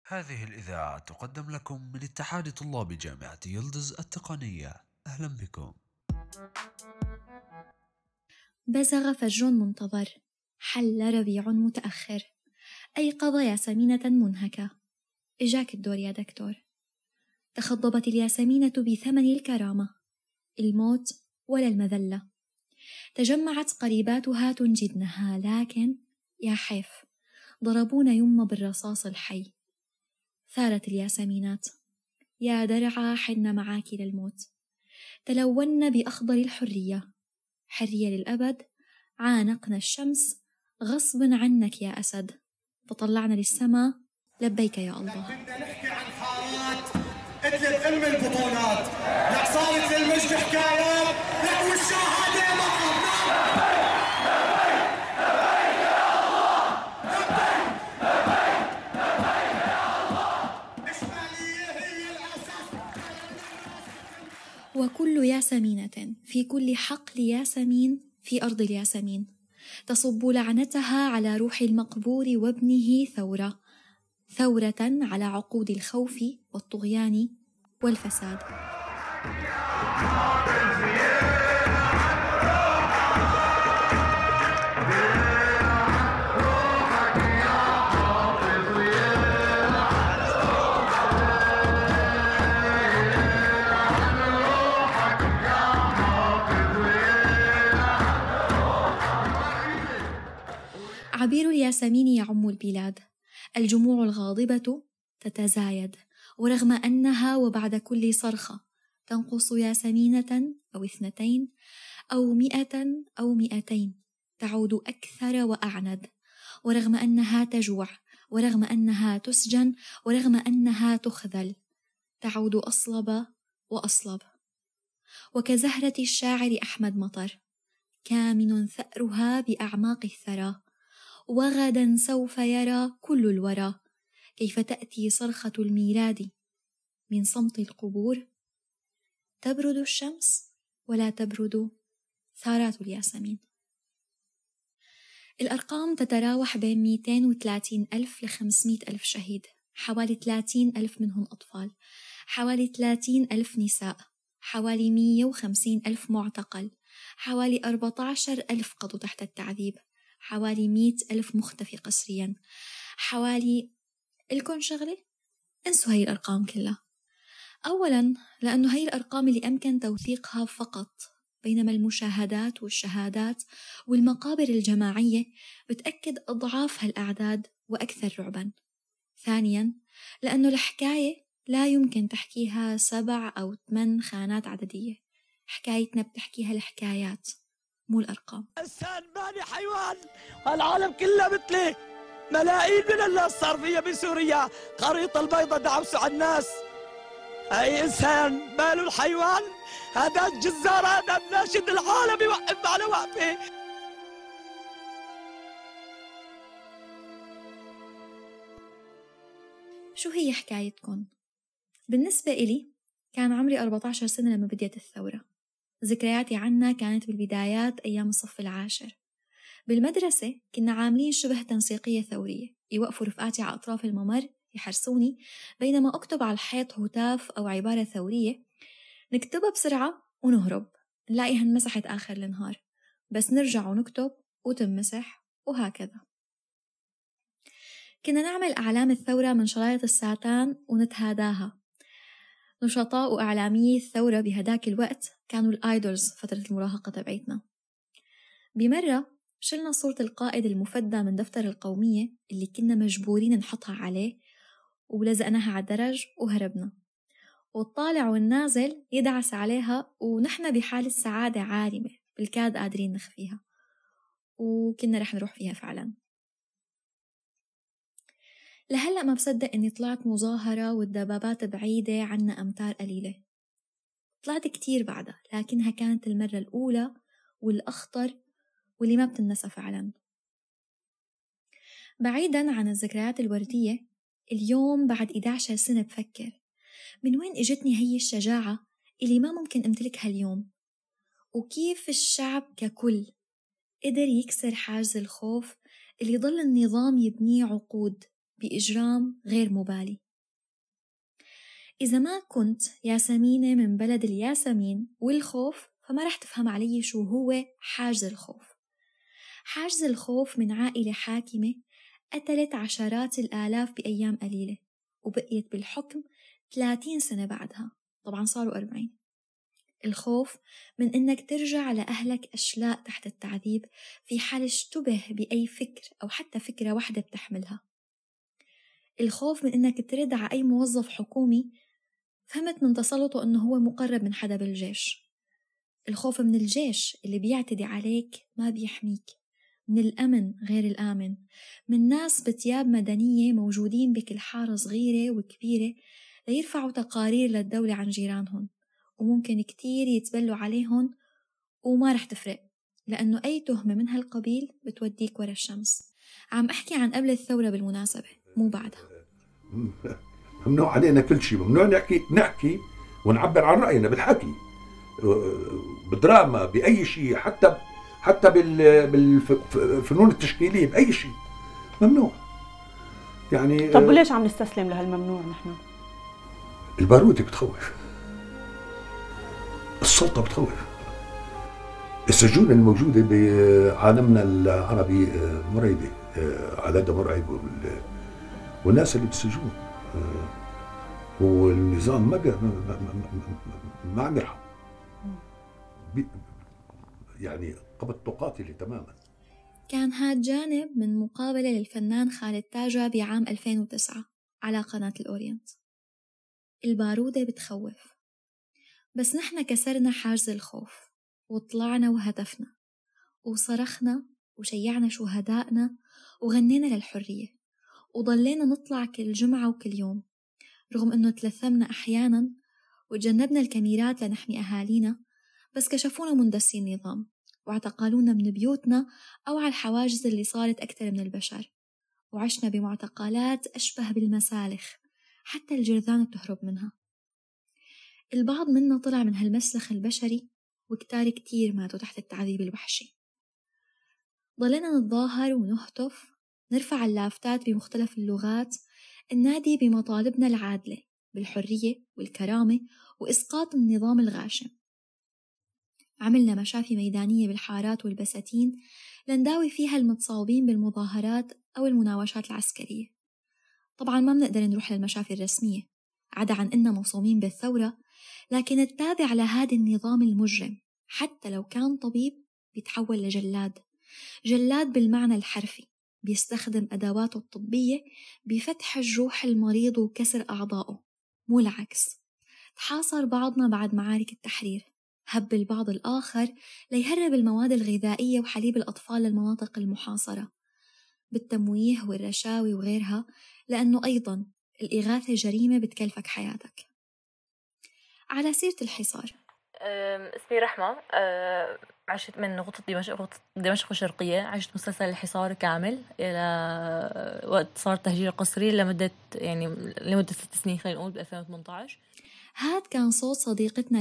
هذه الإذاعة تقدم لكم من اتحاد طلاب جامعة يلدز التقنية. أهلا بكم. بزغ فجر منتظر، حل ربيع متأخر، أيقظ ياسمينة منهكة. إجاك الدور يا دكتور. تخضبت الياسمينة بثمن الكرامة، الموت ولا المذلة. تجمعت قريباتها تنجدنها، لكن يا حيف ضربونا يم بالرصاص الحي. ثارت الياسمينات، يا درعا حن معاك للموت. تلون بأخضر الحرية، حرية للأبد. عانقنا الشمس غصب عنك يا أسد، فطلعنا للسماء لبيك يا الله. بدنا نحكي عن حارات قتلت أم البطولات، لك صارت للمجد حكايات، لك والشهادة مطلب. وكل ياسمينة في كل حقل ياسمين في أرض الياسمين تصب لعنتها على روح المقبور وابنه ثورة، ثورة على عقود الخوف والطغيان والفساد. عبير الياسمين يعم البلاد، الجموع الغاضبة تتزايد، ورغم أنها وبعد كل صرخة تنقص ياسمينة أو 2 أو 100 أو 200 تعود أكثر وأعند، ورغم أنها تجوع، ورغم أنها تسجن، ورغم أنها تخذل، تعود أصلب وأصلب. وكزهرة الشاعر أحمد مطر، كامن ثأرها بأعماق الثرى، وغدا سوف يرى كل الورى كيف تأتي صرخة الميلاد من صمت القبور. تبرد الشمس ولا تبرد ثارات الياسمين. الأرقام تتراوح بين 230 ألف ل 500 ألف شهيد، حوالي 30 ألف منهم أطفال، حوالي 30 ألف نساء، حوالي 150 ألف معتقل، حوالي 14 ألف قضوا تحت التعذيب، حوالي 100 ألف مختفي قسريا، حوالي الكون شغلة. انسوا هاي الأرقام كلها. أولا لأنه هاي الأرقام اللي أمكن توثيقها فقط، بينما المشاهدات والشهادات والمقابر الجماعية بتأكد أضعاف هالأعداد وأكثر رعبا. ثانيا لأنه الحكاية لا يمكن تحكيها 7 أو 8 خانات عددية، حكايتنا بتحكيها الحكايات مو الأرقام. إنسان ماني حيوان، العالم كله مثلي، ملايين من الناس صار فيها بسوريا، خريطة البيضة دعوسوا على الناس. أي إنسان ماله الحيوان، هذا الجزار، هذا الناشد العالم يوقف على وقفه. شو هي حكايتكم؟ بالنسبة إلي كان عمري 14 سنة لما بديت الثورة. ذكرياتي عنها كانت بالبدايات أيام الصف العاشر. بالمدرسة كنا عاملين شبه تنسيقية ثورية، يوقفوا رفقاتي على أطراف الممر يحرسوني بينما أكتب على الحيط هتاف أو عبارة ثورية، نكتبها بسرعة ونهرب، نلاقيها انمسحت آخر النهار، بس نرجع ونكتب وتنمسح وهكذا. كنا نعمل أعلام الثورة من شرايط الساتان ونتهاداها. نشطاء وإعلاميي الثورة بهداك الوقت كانوا الآيدولز فترة المراهقة تبعتنا. بمرة شلنا صورة القائد المفدى من دفتر القومية اللي كنا مجبورين نحطها عليه ولزقناها على الدرج وهربنا، والطالع والنازل يدعس عليها ونحن بحالة سعادة عارمة بالكاد قادرين نخفيها، وكنا رح نروح فيها فعلا. لهلأ ما بصدق إني طلعت مظاهرة والدبابات بعيدة عنا أمتار قليلة. طلعت كتير بعدها، لكنها كانت المرة الأولى والأخطر واللي ما بتنسى فعلا. بعيدا عن الذكريات الوردية، اليوم بعد 11 سنة بفكر من وين إجتني هي الشجاعة اللي ما ممكن أمتلكها اليوم، وكيف الشعب ككل قدر يكسر حاجز الخوف اللي ظل النظام يبنيه عقود بإجرام غير مبالي. إذا ما كنت ياسمينة من بلد الياسمين والخوف فما رح تفهم علي شو هو حاجز الخوف. حاجز الخوف من عائلة حاكمة قتلت عشرات الآلاف بأيام قليلة وبقيت بالحكم 30 سنة بعدها، طبعا صاروا 40. الخوف من إنك ترجع لأهلك أشلاء تحت التعذيب في حال اشتبه بأي فكر أو حتى فكرة واحدة بتحملها. الخوف من إنك ترد على أي موظف حكومي فهمت من تسلطه إنه هو مقرب من حدا بالجيش. الخوف من الجيش اللي بيعتدي عليك ما بيحميك، من الأمن غير الآمن، من ناس بتياب مدنية موجودين بكل حارة صغيرة وكبيرة ليرفعوا تقارير للدولة عن جيرانهم، وممكن كتير يتبلوا عليهم وما رح تفرق، لأنه أي تهمة من هالقبيل بتوديك ورا الشمس. عم أحكي عن قبل الثورة بالمناسبة، مو بعدها. ممنوع علينا كل شيء، ممنوع نحكي ونعبر عن رأينا بالحكي، بدراما، بأي شيء، حتى بالفنون التشكيلية، بأي شيء ممنوع يعني. طب وليش عم نستسلم لهالممنوع نحن؟ البارودة بتخوف، السلطة بتخوف، السجون الموجودة بعالمنا العربي مرعبة، عددها مرعب، والناس اللي بالسجون والنظام ما عم يرحم، يعني قبض تقاتلي تماما. كان هاد جانب من مقابلة للفنان خالد تاجة بعام 2009 على قناة الأورينت. البارودة بتخوف، بس نحن كسرنا حاجز الخوف وطلعنا وهدفنا وصرخنا وشيعنا شهدائنا وغنينا للحرية وضلينا نطلع كل جمعة وكل يوم، رغم أنه تلثمنا أحياناً وتجنبنا الكاميرات لنحمي أهالينا، بس كشفونا مندسي النظام واعتقلونا من بيوتنا أو على الحواجز اللي صارت أكثر من البشر، وعشنا بمعتقلات أشبه بالمسالخ حتى الجرذان بتهرب منها. البعض منا طلع من هالمسلخ البشري وكتار كتير ماتوا تحت التعذيب الوحشي. ضلنا نتظاهر ونهتف، نرفع اللافتات بمختلف اللغات، النادي بمطالبنا العادلة بالحرية والكرامة وإسقاط النظام الغاشم. عملنا مشافي ميدانية بالحارات والبساتين لنداوي فيها المتصاوبين بالمظاهرات أو المناوشات العسكرية. طبعا ما بنقدر نروح للمشافي الرسمية عدا عن إننا مصومين بالثورة، لكن التابع لهذا النظام المجرم حتى لو كان طبيب بيتحول لجلاد، جلاد بالمعنى الحرفي، بيستخدم أدواته الطبية بفتح الجروح المريض وكسر أعضائه، مو العكس. تحاصر بعضنا بعد معارك التحرير، هب البعض الآخر ليهرب المواد الغذائية وحليب الأطفال للمناطق المحاصرة بالتمويه والرشاوي وغيرها، لأنه أيضاً الإغاثة جريمة بتكلفك حياتك. على سيرة الحصار، اسمي رحمة، عشت من غوطة دمشق الشرقية، عشت مسلسل الحصار كامل إلى وقت صار تهجير قسري لمدة 6 سنين، خلينا نقول ب2018. هاد كان صوت صديقتنا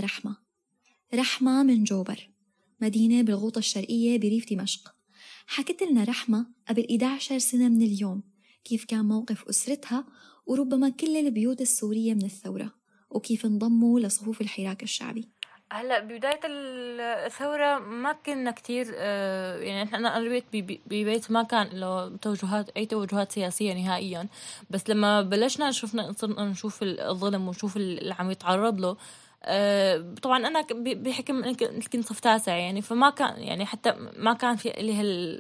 رحمة من جوبر، مدينة بالغوطة الشرقية بريف دمشق. حكت لنا رحمة قبل 11 سنة من اليوم كيف كان موقف أسرتها وربما كل البيوت السورية من الثورة، وكيف انضموا لصفوف الحراك الشعبي. هلا ببداية الثورة ما كنا كتير، يعني أنا ربيت ببيت ما كان له أي توجهات سياسية نهائيا، بس لما بلشنا صرنا نشوف الظلم ونشوف اللي عم يتعرض له. طبعا أنا بحكم كنت صف تاسع، يعني فما كان، يعني حتى ما كان في اللي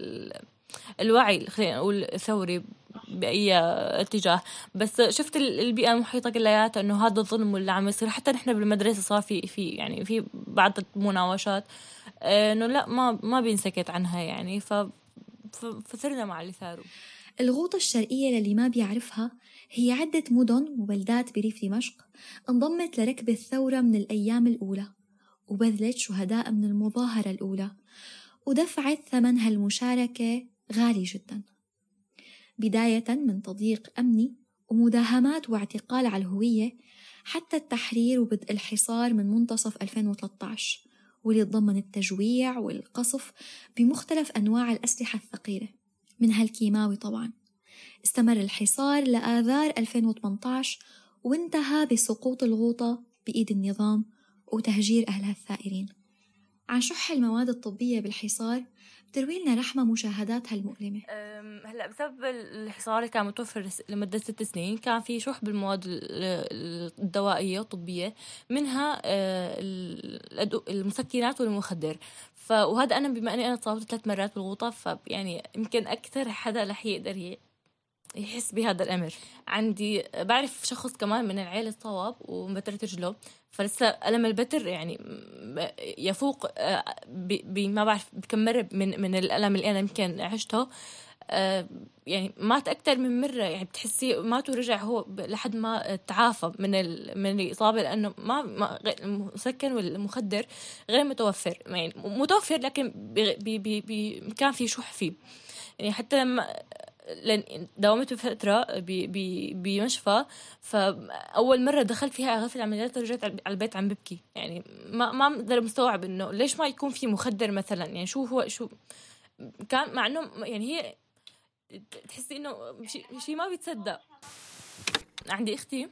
الوعي خلينا نقول ثوري بأي اتجاه، بس شفت البيئة المحيطة كلياتها إنه هذا الظلم اللي عم يصير. حتى نحن بالمدرسة صار في بعض المناوشات إنه لا ما بينسكت عنها، يعني فصرنا مع اللي ثاروا. الغوطة الشرقية للي ما بيعرفها هي عدة مدن وبلدات بريف دمشق انضمت لركب الثورة من الأيام الأولى، وبذلت شهداء من المظاهرة الأولى، ودفعت ثمن هالمشاركة غالي جدا، بداية من تضييق أمني ومداهمات واعتقال على الهوية حتى التحرير وبدء الحصار من منتصف 2013، واللي ضمن التجويع والقصف بمختلف أنواع الأسلحة الثقيلة من هالكيماوي طبعا. استمر الحصار لآذار 2018 وانتهى بسقوط الغوطة بإيد النظام وتهجير أهلها الثائرين. عن شح المواد الطبية بالحصار بتروي لنا رحمة مشاهداتها المؤلمة. هلا بسبب الحصار اللي كان متوفر لمدة 6 سنين كان في شح بالمواد الدوائية والطبية، منها المسكنات والمخدر. وهذا أنا بما أني أنا تصابت 3 مرات بالغوطة، فيعني يمكن أكثر حدا رح يقدر يحس بهذا الأمر. عندي بعرف شخص كمان من العيلة اتصاب ومبترت رجله، فلسه ألم البتر يعني يفوق ما بعرف بكم مرة من الألم اللي أنا يمكن عشته. يعني مات أكتر من مرة، يعني بتحسي مات ورجع هو لحد ما تعافى من الإصابة، لأنه المسكن والمخدر غير متوفر، يعني متوفر لكن كان في شح فيه. يعني حتى لما لأن داومت بفترة بمشفى، فأول مرة دخلت فيها أغث العمليات ورجعت على البيت عم ببكي. يعني ما أقدر مستوعب إنه ليش ما يكون في مخدر مثلا. يعني شو كان، مع إنه يعني هي تحسي إنه شيء ما بيتصدق. عندي أختي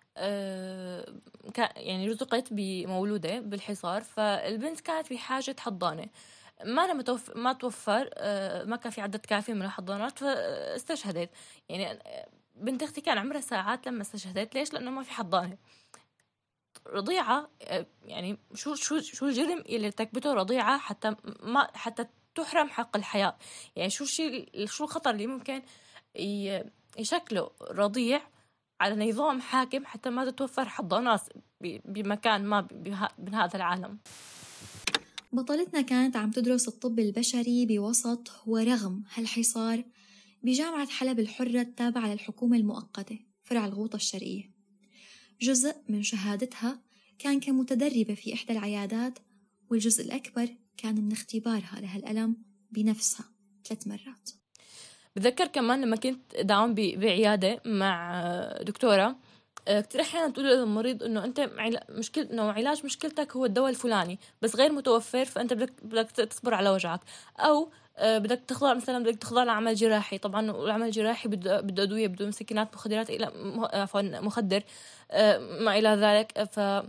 يعني رزقت بمولودة بالحصار، فالبنت كانت بحاجة حضانة، ما توفر، ما كان في عدد كافي من الحضانات فاستشهدت. يعني بنت اختي كان عمرها ساعات لما استشهدت. ليش؟ لانه ما في حضانه. رضيعه، يعني شو الجرم اللي ارتكبته رضيعه حتى تحرم حق الحياه. يعني شو الخطر اللي ممكن يشكله رضيع على نظام حاكم حتى ما تتوفر حضانات بمكان ما من هذا العالم. بطلتنا كانت عم تدرس الطب البشري بوسط ورغم هالحصار بجامعة حلب الحرة التابعة للحكومة المؤقتة فرع الغوطة الشرقية. جزء من شهادتها كان كمتدربة في إحدى العيادات، والجزء الأكبر كان من اختبارها لهالألم بنفسها 3 مرات. بتذكر كمان لما كنت داوم بعيادة مع دكتورة، كتير أحيانا تقول للمريض إنه أنت إنه علاج مشكلتك هو الدواء الفلاني بس غير متوفر، فأنت بدك تصبر على وجعك، أو بدك تخضع لعمل جراحي. طبعا العمل الجراحي بده أدوية، بده مسكنات، مخدرات، عفوا مخدر، ما إلى ذلك.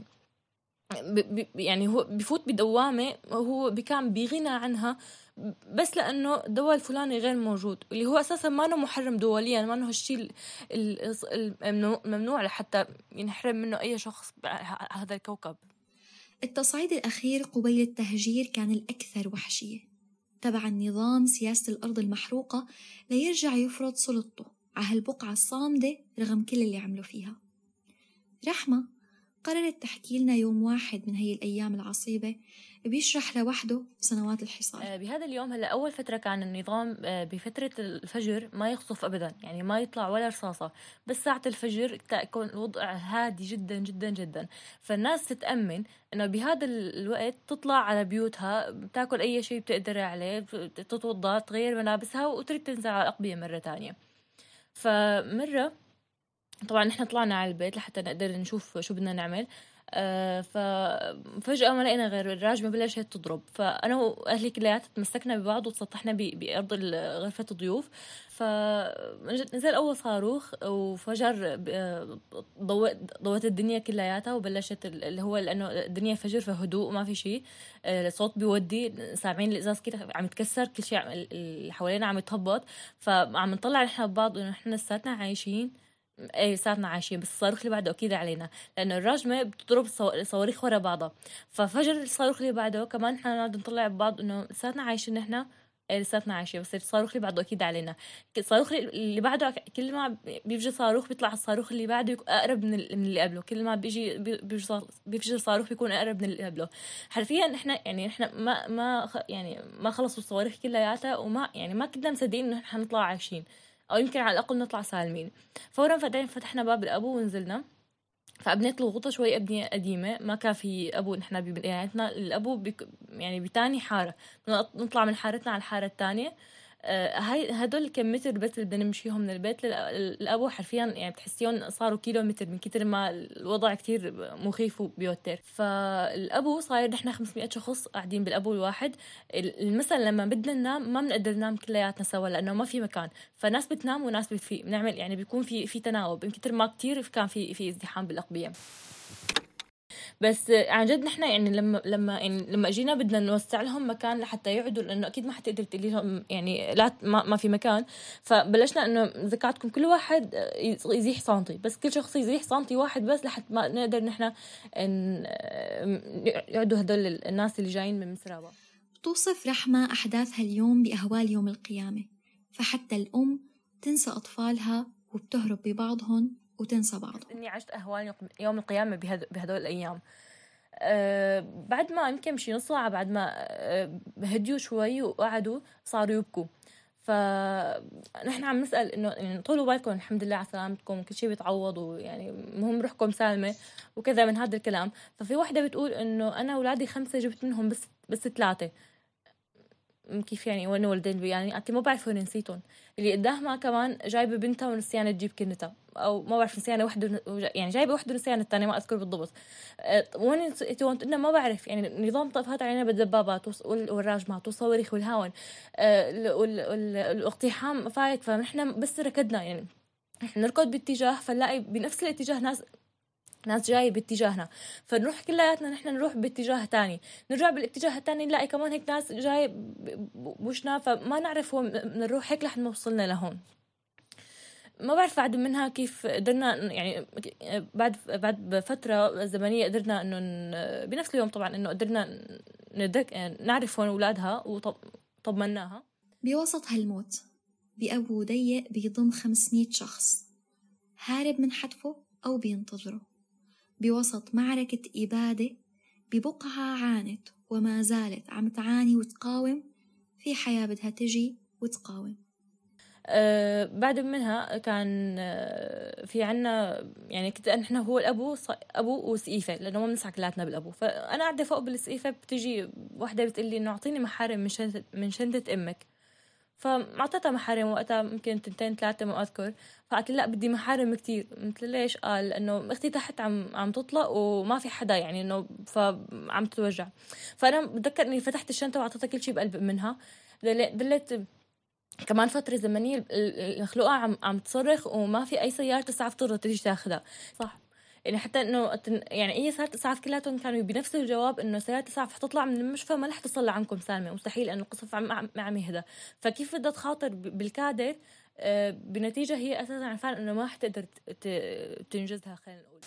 يعني هو بفوت بدوامة هو بكان بغنى عنها بس لأنه الدواء الفلاني غير موجود، اللي هو أساسا ما محرم دوليا، ما انه هالشيء الممنوع لحتى ينحرم منه أي شخص على هذا الكوكب. التصعيد الأخير قبيل التهجير كان الأكثر وحشية، تبع النظام سياسة الأرض المحروقة ليرجع يفرض سلطته على هالبقعة الصامدة رغم كل اللي عملوا فيها. رحمة قررت تحكي لنا يوم واحد من هي الأيام العصيبة بيشرح لوحده سنوات الحصار. بهذا اليوم هلا أول فترة كان النظام بفترة الفجر ما يخطف أبدا، يعني ما يطلع ولا رصاصة، بس ساعة الفجر يكون الوضع هادي جدا جدا جدا، فالناس تتأمن إنه بهذا الوقت تطلع على بيوتها، بتاكل أي شيء بتقدر عليه، تتوضأ، تغير ملابسها وتريد تنزل على الأقبية مرة تانية. فمرة طبعا نحن طلعنا على البيت لحتى نقدر نشوف شو بدنا نعمل، ففجأة ما لقينا غير الراجمة بلشت تضرب، فأنا وأهلي كلياتنا تمسكنا ببعض وتسطحنا بأرض غرفة الضيوف. فنزل أول صاروخ وفجر، ضوت الدنيا كلياتها وبلشت اللي هو لأنه الدنيا فجر فهدوء وما في شيء، الصوت بيودي، سامعين الإزاز كده عم يتكسر، كل شيء اللي حوالينا عم يتهبط، فعم نطلع نحن ببعض إنه نحن لساتنا عايشين. ايه لساتنا عايشين، بس الصاروخ اللي بعده اكيد علينا لانه الراجمه بتضرب صواريخ ورا بعضها، ففجر الصاروخ اللي بعده كمان احنا نقعد نطلع ببعض انه لساتنا عايشين نحن، ايه لساتنا عايشين، بس الصاروخ اللي بعده اكيد علينا. الصاروخ اللي بعده كل ما بيفجر صاروخ بيطلع الصاروخ اللي بعده اقرب من اللي قبله، كل ما بيفجر صاروخ بيكون اقرب من اللي قبله. حرفيا احنا يعني ما خلصوا الصواريخ كلياتها، وما يعني ما كنا مصدقين انه احنا نطلع عايشين او يمكن على الاقل نطلع سالمين. فورا فتحنا باب الابو ونزلنا، فابنيت الغوطه شوي ابنيه قديمه، ما كان في ابو نحن ببنايتنا، الابو يعني بتاني حاره، نطلع من حارتنا على الحاره الثانيه، هاي هدول كم متر بس اللي بدنا نمشيهم من البيت للأبو حرفيا يعني بتحسيهم صاروا كيلومتر من كتر ما الوضع كتير مخيف وبيوتر. فالأبو صاير نحن 500 شخص قاعدين بالأبو الواحد. مثلا لما بدنا ننام ما بنقدر ننام كلياتنا سوا لأنه ما في مكان، فناس بتنام وناس بتفيق، بنعمل يعني بيكون في تناوب من كتر ما كتير كان في ازدحام بالأقبية. بس عن جد نحن يعني لما اجينا بدنا نوسع لهم مكان لحتى يقعدوا، لانه اكيد ما حتقدر تقولي لهم يعني لا ما في مكان. فبلشنا انه زكاتكم كل واحد يزيح سنتي بس، كل شخص يزيح سنتي واحد بس لحتى ما نقدر نحن يقعدوا هدول الناس اللي جايين من مسرابة. توصف رحمة أحداث هاليوم بأهوال يوم القيامة، فحتى الأم تنسى أطفالها وبتهرب ببعضهم وتنسى بعضهم. إني عشت أهوال يوم القيامة بهدول الأيام. بعد ما يمكن شي نص ساعة بعد ما هديوا شوي وقعدوا صاروا يبكوا. فنحن عم نسأل إنه يعني طولوا بالكم، الحمد لله على سلامتكم وكل شيء بيتعوض، ويعني مهم روحكم سالمة وكذا من هذا الكلام. ففي واحدة بتقول إنه أنا أولادي 5 جبت منهم بس 3. كيف يعني وين ولدين يعني أنت ما بعرف وين نسيتهم. اللي قدامها كمان جايبة بنتها ونسيانة تجيب كنتها، أو ما بعرف نسيانة وحده يعني جايبة وحده ونسيانة الثانية ما أذكر بالضبط. وين نسيتون؟ إنه ما بعرف يعني نظام طفات علينا بالدبابات والراجمات والصواريخ والهاون والاقتحام فايت. فنحن بس ركضنا يعني نحن نركض باتجاه فنلاقي بنفس الاتجاه ناس جاي باتجاهنا، فنروح كلياتنا نحن نروح باتجاه تاني، نرجع بالاتجاه التاني نلاقي كمان هيك ناس جاي بوشنا، فما نعرف وين نروح هيك لحد ما وصلنا لهون. ما بعرف بعد منها كيف قدرنا يعني بعد فترة زمنية قدرنا انه بنفس اليوم طبعا انه قدرنا نعرف وين اولادها وطمناها. بوسط هالموت بأبو ضيق بيضم 500 شخص هارب من حتفه أو بينتظره، بوسط معركة إبادة ببقعة عانت وما زالت عم تعاني وتقاوم، في حياة بدها تجي وتقاوم. بعد منها كان في عنا يعني كنت نحن هو أبو وسقيفة، لأنه ما بنسعى كلاتنا بالأبو. فأنا قاعدة فوق بالسقيفة بتجي واحدة بتقلي إنه أعطيني محارم من شنطة أمك. فأعطيتها محارم وقتها ممكن 2-3 ما أذكر. فقالت لا بدي محارم كتير. قلت له ليش؟ قال إنه أختي تحت عم تطلق وما في حدا يعني إنه فعم تتوجع. فأنا بتذكر إني فتحت الشنطة وأعطيتها كل شيء بقلب منها. دلت كمان فترة زمنية الخلوقة عم تصرخ وما في أي سيارة إسعاف تقدر تيجي تاخدها. صح يعني حتى إنه يعني أي سيارة إسعاف كلاتهم كانوا بنفس الجواب إنه سيارة إسعاف حتطلع من المشفى ما رح تصل لعنكم سالمة، مستحيل إنه القصف عم يهدى. فكيف بدها تخاطر بالكادر بنتيجة هي أساسا عارفة إنه ما حتقدر تنجزها. خلينا نقول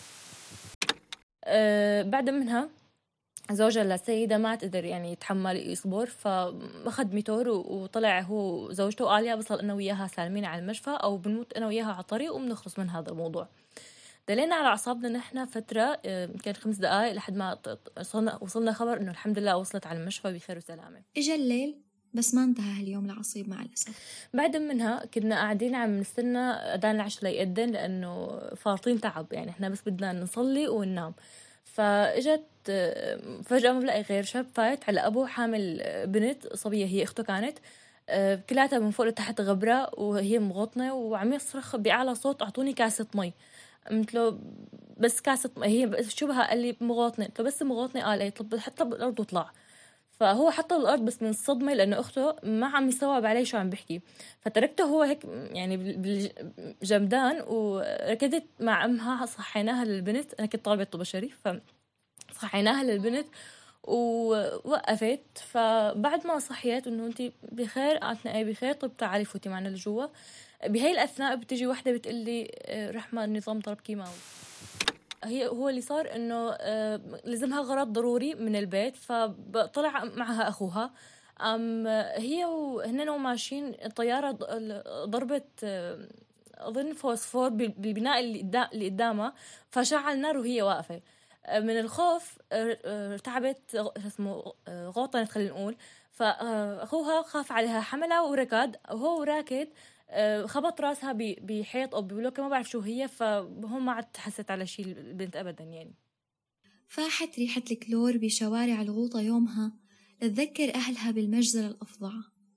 بعد منها زوجها للسيدة ما تقدر يعني يتحمل يصبر، فأخذ ميتور وطلع هو زوجته وقال يا بصل أنا وياها سالمين على المشفى أو بنموت أنا وياها على الطريق وبنخلص من هذا الموضوع. دلينا على أعصابنا نحن فترة كان 5 دقائق لحد ما وصلنا خبر إنه الحمد لله وصلت على المشفى بخير وسلامة. إجا الليل بس ما انتهى هاليوم العصيب مع الأسف. بعد منها كنا قاعدين عم نستنى أذان العشاء ليأذن لأنه فارطين تعب يعني إحنا بس بدنا نصلي وننام. فاجت فجأة ما بلاقي غير شاب فايت على أبوه حامل بنت صبية هي أخته كانت كلاتها من فوق لتحت غبرة وهي مغطنة وعم يصرخ بأعلى صوت أعطوني كاسة مي. قلت له بس كاسة مي هي شو بها؟ قال لي مغطنة. قلت له بس مغطنة. قال لي طب حطها بالأرض وطلع. فهو حطه بالأرض بس من الصدمة لأنه أخته ما عم يستوعب عليه شو عم بحكي. فتركته هو هيك يعني بالجمدان وركضت مع أمها صحيناها للبنت. أنا كنت طالبة طب بشري فصحيناها للبنت ووقفت. فبعد ما صحيت إنه أنتي بخير؟ قالتنا أي بخير. طب تعالي فوتي معنا لجوا. بهاي الأثناء بتجي واحدة بتقلي رحمة النظام ضرب كيماوي. هو اللي صار إنه لزمها غرض ضروري من البيت فطلع معها أخوها. هي وهنن وماشيين الطيارة ضربت أظن فوسفور بالبناء اللي قدامها فشعل نار وهي واقفة. من الخوف تعبت اسمه غوطنت خلينا نقول. فأخوها خاف عليها حملها وركض وهو راكد خبط راسها بحيط أو ببلوكة ما بعرف شو هي. فهم ما عاد حست على شيء البنت أبدا يعني. فاحت ريحة الكلور بشوارع الغوطة يومها لتذكر أهلها بالمجزرة الأفظع،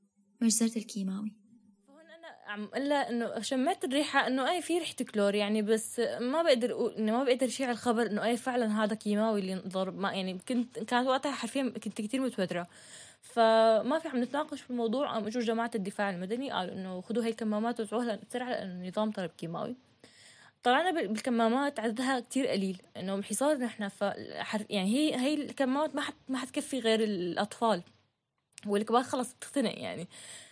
مجزرة الكيماوي. هون انا عم قلها انه شميت الريحه انه اي في ريحه كلور يعني، بس ما بقدر اقول انه ما بقدر شيء على الخبر انه اي فعلا هذا كيماوي اللي انضرب. ما يعني كانت وقتها حرفيا كنت كتير متوتره، فما في عم نتناقش في الموضوع. قام اجوا جماعه الدفاع المدني قالوا انه خذوا هي الكمامات وادفعوها لنسرع لانه نظام ضرب كيماوي. طلعنا بالكمامات عددها كتير قليل، انه حصار نحن يعني هي الكمامات ما حتكفي غير الاطفال، والكبار خلص بتختنق يعني.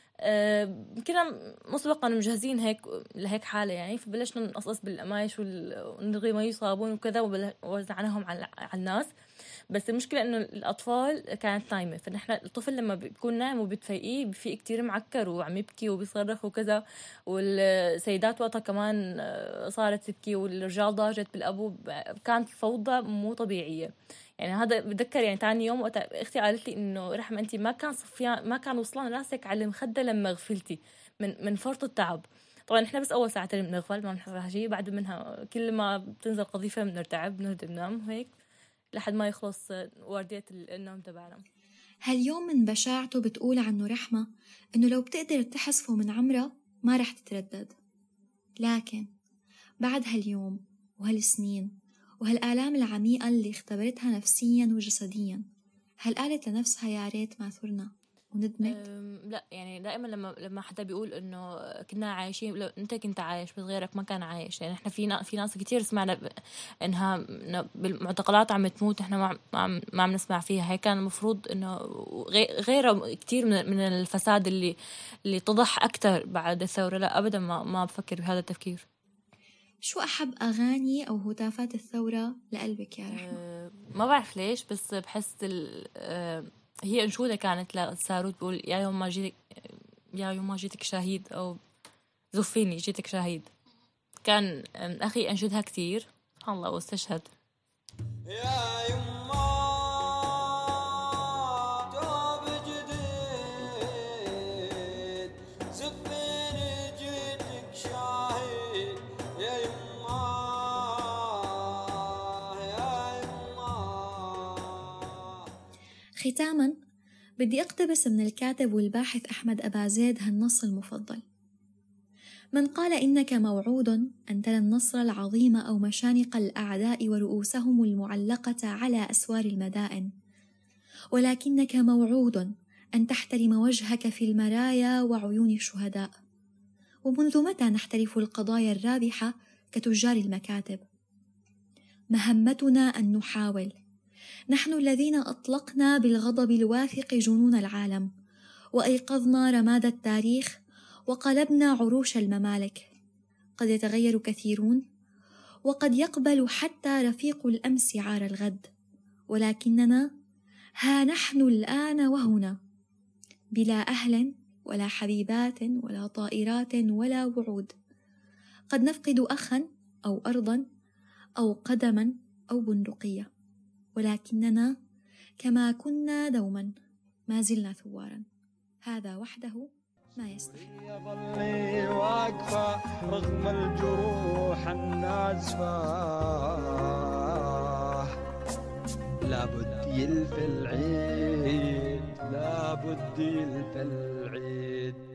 كنا مسبقا مجهزين هيك لهيك حالة يعني، فبلشنا نقصص بالقمايش ونلغي مي وصابون وكذا ووزعناهم على الناس. بس المشكلة إنه الأطفال كانت نايمة، فنحن الطفل لما بيكون نايم وبتفيقيه بفيق كتير معكر وعم يبكي وبيصرخ وكذا، والسيدات وقتها كمان صارت تبكي والرجال ضاجت بالأبو، كانت الفوضى مو طبيعية يعني. هذا بتذكر يعني تاني يوم وقت اختي قالت لي انه رحمه انت ما كان وصلان راسك على المخده لما غفلتي من فرط التعب. طبعا احنا بس اول ساعتين بنغفل ما بنحس شيء، بعد منها كل ما بتنزل قذيفه بنرتعب بنهدى ننام هيك لحد ما يخلص ورديه النوم تبعنا. هاليوم من بشاعته بتقول عنه رحمه انه لو بتقدر تحذفه من عمره ما رح تتردد. لكن بعد هاليوم وهالسنين وهالآلام العميقة اللي اختبرتها نفسياً وجسدياً، هل قالت لنفسها يا ريت ما ثرنا وندمت؟ لا يعني دائما لما حدا بيقول انه كنا عايشين، لو انت كنت عايش بس غيرك ما كان عايش يعني. احنا في ناس كتير سمعنا انها بالمعتقلات عم تموت، احنا ما عم نسمع فيها. هي كان المفروض انه غيره كتير من الفساد اللي اتضح اكثر بعد الثورة. لا ابدا ما بفكر بهذا التفكير. شو أحب أغاني أو هتافات الثورة لقلبك يا رحمة؟ ما بعرف ليش بس بحس هي أنشودة كانت لساروت بقول يا يوم ما جيتك شهيد، أو زفيني جيتك شهيد. كان أخي أنشدها كتير سبحان الله واستشهد. يا يما توب جديد زفيني جيتك شهيد يا يما يا يما. ختاماً بدي أقتبس من الكاتب والباحث أحمد أبا زيد هالنص المفضل: من قال إنك موعود أن ترى النصر العظيم أو مشانق الأعداء ورؤوسهم المعلقة على أسوار المدائن، ولكنك موعود أن تحترم وجهك في المرايا وعيون الشهداء. ومنذ متى نحترف القضايا الرابحة كتجار المكاتب؟ مهمتنا أن نحاول، نحن الذين أطلقنا بالغضب الواثق جنون العالم، وأيقظنا رماد التاريخ، وقلبنا عروش الممالك. قد يتغير كثيرون، وقد يقبل حتى رفيق الأمس عار الغد، ولكننا ها نحن الآن وهنا، بلا أهل ولا حبيبات ولا طائرات ولا وعود. قد نفقد أخا أو أرضا أو قدما أو بندقية، ولكننا كما كنا دوما ما زلنا ثوارا. هذا وحده ما يستحق. يظلي واقفة رغم الجروح النازفة، لابد يلفي العيد، لابد يلفي العيد.